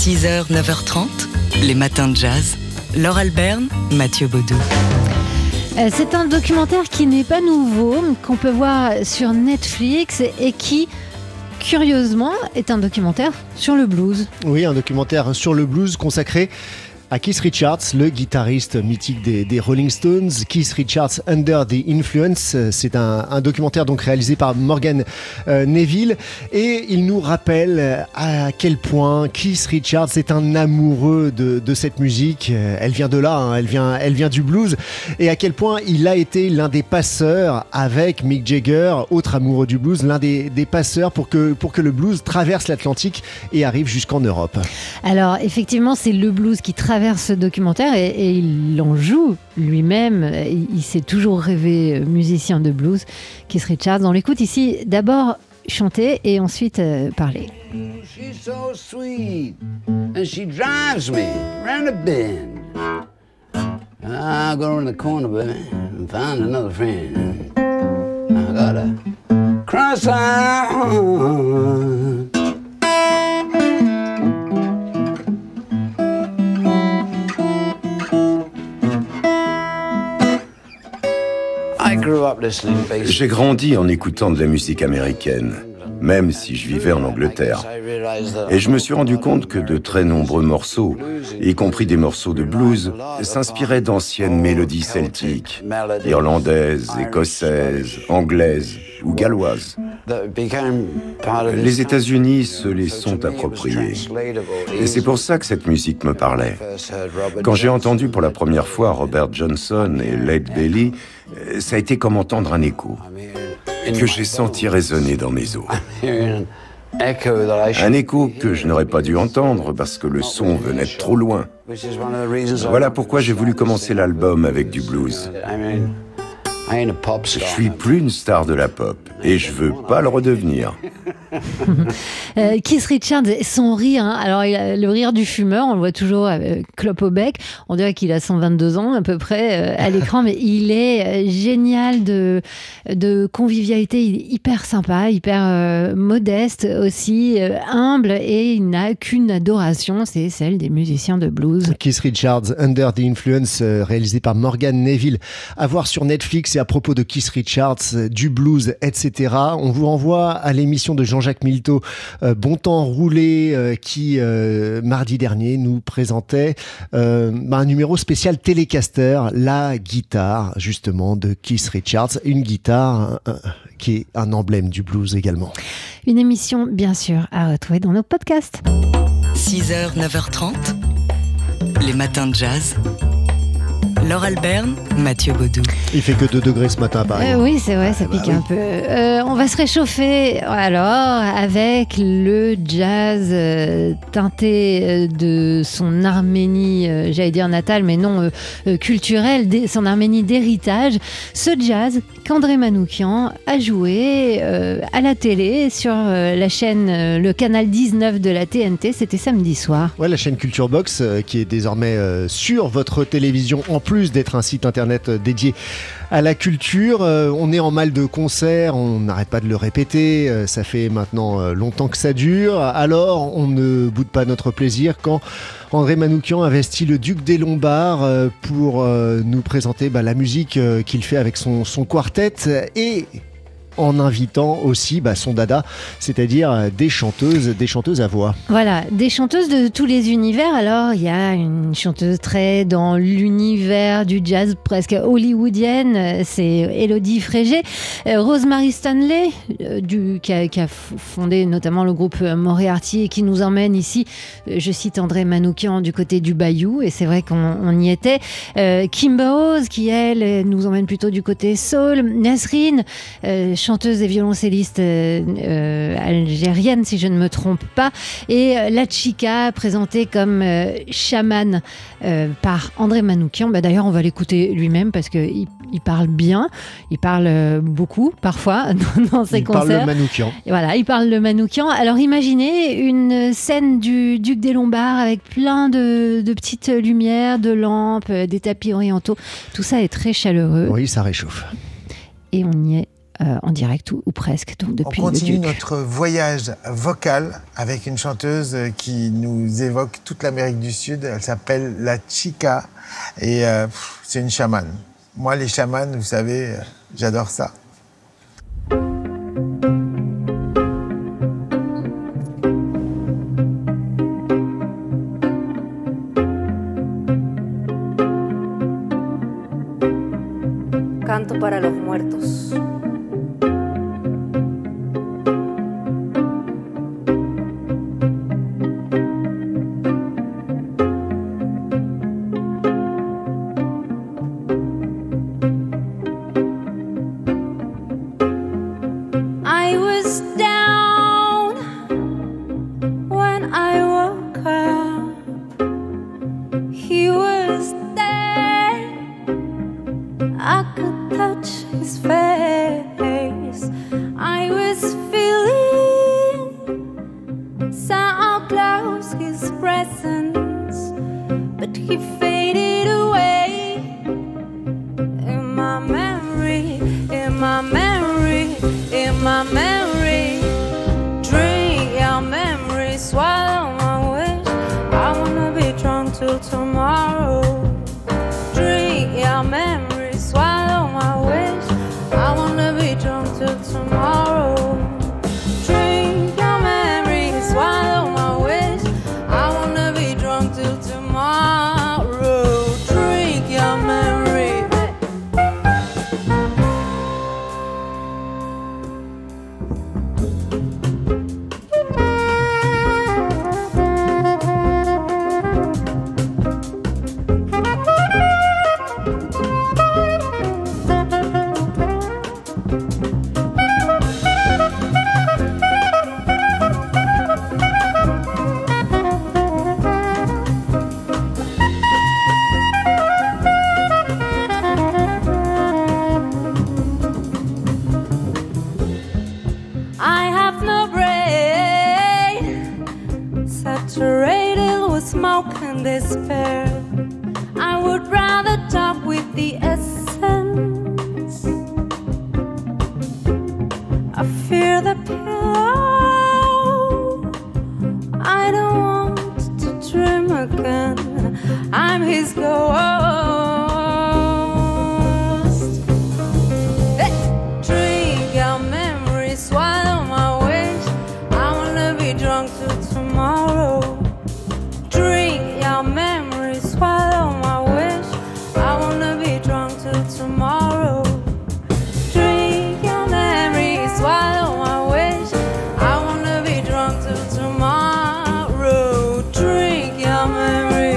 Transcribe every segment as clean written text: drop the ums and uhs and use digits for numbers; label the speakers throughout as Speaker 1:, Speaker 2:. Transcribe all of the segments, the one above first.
Speaker 1: 6h, 9h30, les matins de jazz. Laure Alberne, Mathieu Baudou.
Speaker 2: C'est un documentaire qui n'est pas nouveau, qu'on peut voir sur Netflix et qui, curieusement, est un documentaire sur le blues.
Speaker 3: Oui, un documentaire sur le blues consacré à Keith Richards, le guitariste mythique des Rolling Stones. Keith Richards Under the Influence, c'est un documentaire donc réalisé par Morgan Neville, et il nous rappelle à quel point Keith Richards est un amoureux de cette musique. Elle vient de là, hein, elle vient du blues, et à quel point il a été l'un des passeurs avec Mick Jagger, autre amoureux du blues, l'un des passeurs pour que le blues traverse l'Atlantique et arrive jusqu'en Europe.
Speaker 2: Alors effectivement, c'est le blues qui traverse ce documentaire et il en joue lui-même. Il s'est toujours rêvé musicien de blues, Keith Richards. On l'écoute ici d'abord chanter et ensuite parler.
Speaker 4: She's so sweet and she drives me round a bend. I go around the corner, baby, and find another friend. I got a cross-eyed.
Speaker 5: J'ai grandi en écoutant de la musique américaine, même si je vivais en Angleterre. Et je me suis rendu compte que de très nombreux morceaux, y compris des morceaux de blues, s'inspiraient d'anciennes mélodies celtiques, irlandaises, écossaises, anglaises ou galloises. Les États-Unis se les sont appropriés. Et c'est pour ça que cette musique me parlait. Quand j'ai entendu pour la première fois Robert Johnson et Lead Belly, ça a été comme entendre un écho, que j'ai senti résonner dans mes os. Un écho que je n'aurais pas dû entendre parce que le son venait de trop loin. Voilà pourquoi j'ai voulu commencer l'album avec du blues. Je suis plus une star de la pop et je veux pas le redevenir.
Speaker 2: Keith Richards, son rire, hein. Alors il a le rire du fumeur, on le voit toujours clope au bec, on dirait qu'il a 122 ans à peu près à l'écran, mais il est génial de convivialité, il est hyper sympa, hyper modeste aussi, humble, et il n'a qu'une adoration, c'est celle des musiciens de blues.
Speaker 3: Keith Richards, Under the Influence, réalisé par Morgan Neville, à voir sur Netflix. Et à propos de Keith Richards, du blues, etc., on vous renvoie à l'émission de Jean-Jacques Milteau, Bon Temps Roulé, qui mardi dernier nous présentait un numéro spécial Telecaster, la guitare justement de Keith Richards, une guitare qui est un emblème du blues également.
Speaker 2: Une émission bien sûr à retrouver dans nos podcasts.
Speaker 1: 6h, 9h30, les matins de jazz. Laure Alberne, Mathieu Baudou.
Speaker 3: Il fait que 2 degrés ce matin à Paris.
Speaker 2: Oui, c'est vrai, ça pique un peu. On va se réchauffer alors avec le jazz teinté de son Arménie, j'allais dire natale, mais non culturelle, son Arménie d'héritage. Ce jazz qu'André Manoukian a joué à la télé sur la chaîne, le canal 19 de la TNT, c'était samedi soir. Ouais,
Speaker 3: la chaîne Culture Box qui est désormais sur votre télévision en plus d'être un site internet dédié à la culture. On est en mal de concert, on n'arrête pas de le répéter, ça fait maintenant longtemps que ça dure, alors on ne boude pas notre plaisir quand André Manoukian investit le Duc des Lombards pour nous présenter la musique qu'il fait avec son quartet, et en invitant aussi son dada, c'est-à-dire des chanteuses à voix.
Speaker 2: Voilà, des chanteuses de tous les univers. Alors, il y a une chanteuse très dans l'univers du jazz presque hollywoodienne, c'est Élodie Frégé. Rosemary Stanley, qui a fondé notamment le groupe Moriarty et qui nous emmène ici, je cite André Manoukian, du côté du Bayou, et c'est vrai qu'on y était. Kimber Rose, qui elle nous emmène plutôt du côté soul. Nasreen, chanteuse et violoncelliste algérienne, si je ne me trompe pas, et La Chica, présentée comme chamane par André Manoukian. D'ailleurs, on va l'écouter lui-même parce qu'il parle bien, il parle beaucoup parfois dans ses concerts.
Speaker 3: Il parle le Manoukian.
Speaker 2: Et voilà, il parle le Manoukian. Alors imaginez une scène du Duc des Lombards avec plein de petites lumières, de lampes, des tapis orientaux. Tout ça est très chaleureux.
Speaker 3: Oui, ça réchauffe.
Speaker 2: Et on y est en direct ou presque, donc depuis
Speaker 6: On continue
Speaker 2: le Duc.
Speaker 6: notre voyage vocal avec une chanteuse qui nous évoque toute l'Amérique du Sud. Elle s'appelle La Chica et c'est une chamane. Moi, les chamanes, vous savez, j'adore ça.
Speaker 7: Canto para los muertos. I was down when I woke up. He was there. I could touch his face. I was feeling so close, his presence, but he faded away. In my memory, in my memory, in my memory. Drink your memory, swallow my wish. I wanna be drunk till tomorrow. Drink your memory, swallow my wish. I wanna be drunk till tomorrow. Drink your memory, swallow my wish. I wanna be drunk till tomorrow. Drink your memory. I have no brain, saturated with smoke and despair. I would rather talk with the essence. I fear the pillow. I don't want to dream again. I'm his ghost. Hey! Drink your memory, swallow my wish. I wanna be drunk till tomorrow. Drink your memory, swallow my wish. I wanna be drunk till tomorrow. Drink your memory, swallow my wish. I wanna be drunk till tomorrow. Drink your memory.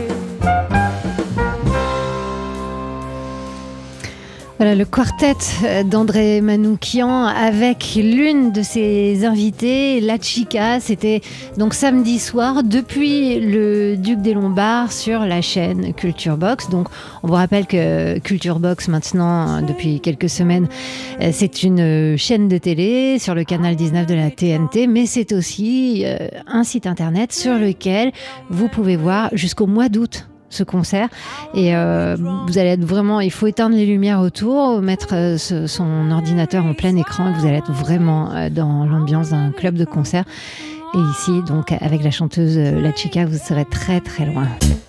Speaker 2: Voilà le quartet d'André Manoukian avec l'une de ses invitées, La Chica. C'était donc samedi soir depuis le Duc des Lombards sur la chaîne Culture Box. Donc on vous rappelle que Culture Box maintenant depuis quelques semaines c'est une chaîne de télé sur le canal 19 de la TNT, mais c'est aussi un site internet sur lequel vous pouvez voir jusqu'au mois d'août ce concert et vous allez être vraiment, il faut éteindre les lumières autour, mettre son ordinateur en plein écran et vous allez être vraiment dans l'ambiance d'un club de concert. Et ici donc avec la chanteuse La Chica, vous serez très très loin.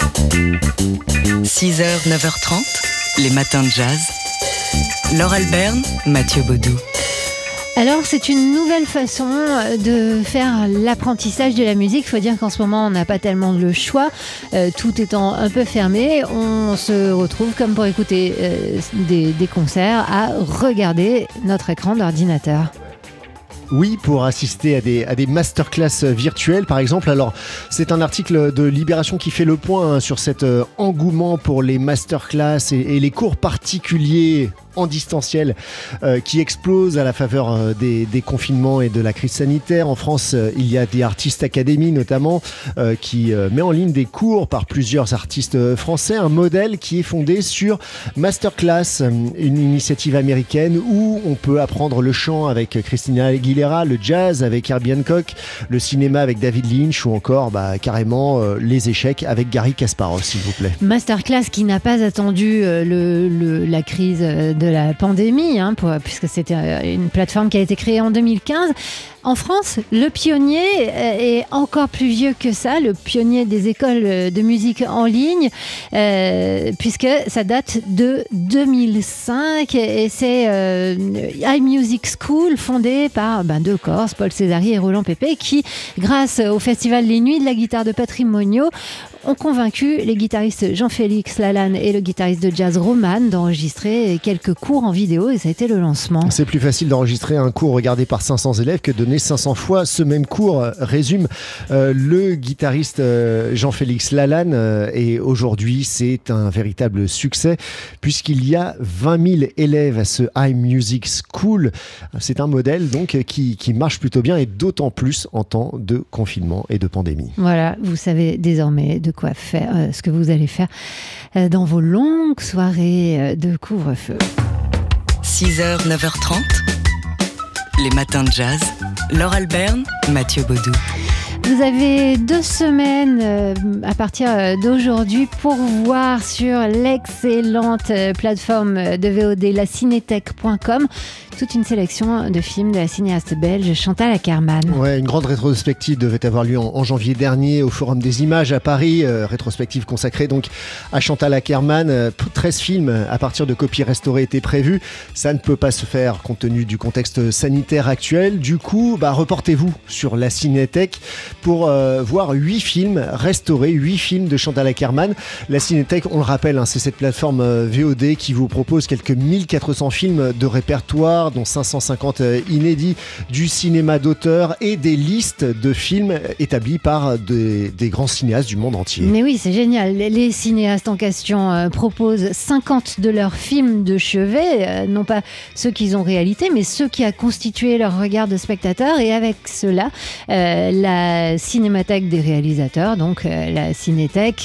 Speaker 1: 6h, 9h30, les matins de jazz. Laure Alberne, Mathieu Baudou.
Speaker 2: Alors, c'est une nouvelle façon de faire l'apprentissage de la musique. Il faut dire qu'en ce moment, on n'a pas tellement le choix. Tout étant un peu fermé, on se retrouve, comme pour écouter des concerts, à regarder notre écran d'ordinateur.
Speaker 3: Oui, pour assister à des masterclass virtuelles, par exemple. Alors, c'est un article de Libération qui fait le point sur cet engouement pour les masterclass et les cours particuliers en distanciel qui explose à la faveur des confinements et de la crise sanitaire. En France, il y a des Artistes Academy notamment qui met en ligne des cours par plusieurs artistes français, un modèle qui est fondé sur Masterclass, une initiative américaine où on peut apprendre le chant avec Christina Aguilera, le jazz avec Herbie Hancock, le cinéma avec David Lynch ou encore carrément les échecs avec Garry Kasparov, s'il vous plaît.
Speaker 2: Masterclass qui n'a pas attendu la crise de la pandémie, puisque c'était une plateforme qui a été créée en 2015. En France, le pionnier est encore plus vieux que ça, le pionnier des écoles de musique en ligne, puisque ça date de 2005 et c'est iMusic School, fondé par deux Corses, Paul Césari et Roland Pépé, qui, grâce au festival Les Nuits de la guitare de Patrimoniaux, ont convaincu les guitaristes Jean-Félix Lalanne et le guitariste de jazz Roman d'enregistrer quelques cours en vidéo, et ça a été le lancement.
Speaker 3: C'est plus facile d'enregistrer un cours regardé par 500 élèves que de donner 500 fois ce même cours, résume le guitariste Jean-Félix Lalanne, et aujourd'hui c'est un véritable succès puisqu'il y a 20 000 élèves à ce iMusic School. C'est un modèle donc qui marche plutôt bien, et d'autant plus en temps de confinement et de pandémie.
Speaker 2: Voilà, vous savez désormais de quoi faire, ce que vous allez faire dans vos longues soirées de couvre-feu.
Speaker 1: 6h, 9h30, les matins de jazz. Laure Alberne, Mathieu Baudou.
Speaker 2: Vous avez 2 semaines à partir d'aujourd'hui pour voir sur l'excellente plateforme de VOD lacinétech.com toute une sélection de films de la cinéaste belge Chantal Akerman.
Speaker 3: Ouais, une grande rétrospective devait avoir lieu en janvier dernier au Forum des Images à Paris, rétrospective consacrée donc à Chantal Akerman. 13 films à partir de copies restaurées étaient prévus. Ça ne peut pas se faire compte tenu du contexte sanitaire actuel. Du coup, reportez-vous sur la Cinétech pour voir 8 films restaurés, 8 films de Chantal Akerman. La Cinétech, on le rappelle, c'est cette plateforme VOD qui vous propose quelques 1400 films de répertoire, dont 550 inédits, du cinéma d'auteur et des listes de films établis par des grands cinéastes du monde entier.
Speaker 2: Mais oui, c'est génial. Les cinéastes en question proposent 50 de leurs films de chevet, non pas ceux qu'ils ont réalisés, mais ceux qui a constitué leur regard de spectateur. Et avec cela, la Cinémathèque des réalisateurs, donc la Cinétech,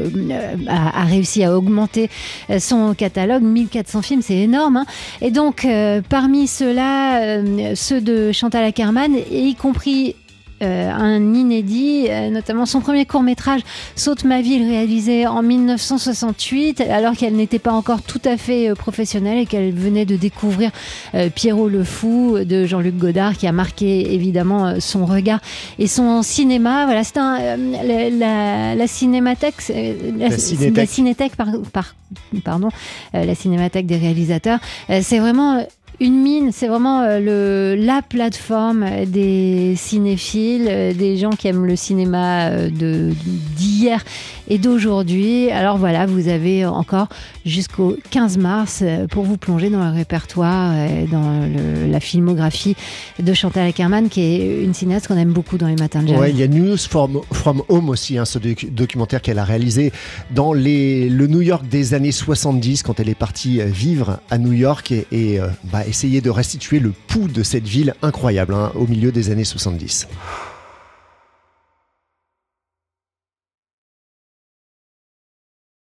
Speaker 2: a réussi à augmenter son catalogue. 1400 films, c'est énorme. Et donc, parmi ceux-là, ceux de Chantal Akerman, et y compris un inédit, notamment son premier court-métrage Saute ma ville, réalisé en 1968, alors qu'elle n'était pas encore tout à fait professionnelle et qu'elle venait de découvrir Pierrot le Fou de Jean-Luc Godard, qui a marqué évidemment son regard et son cinéma. Voilà, c'est la Cinémathèque, la Cinétech, la Cinémathèque des réalisateurs. C'est vraiment une mine, c'est vraiment la plateforme des cinéphiles, des gens qui aiment le cinéma d'hier et d'aujourd'hui. Alors voilà, vous avez encore jusqu'au 15 mars pour vous plonger dans le répertoire, dans la filmographie de Chantal Akerman, qui est une cinéaste qu'on aime beaucoup dans les matins de jazz.
Speaker 3: Ouais, il y a News from Home aussi, ce documentaire qu'elle a réalisé dans le New York des années 70, quand elle est partie vivre à New York et essayer de restituer le pouls de cette ville incroyable au milieu des années 70.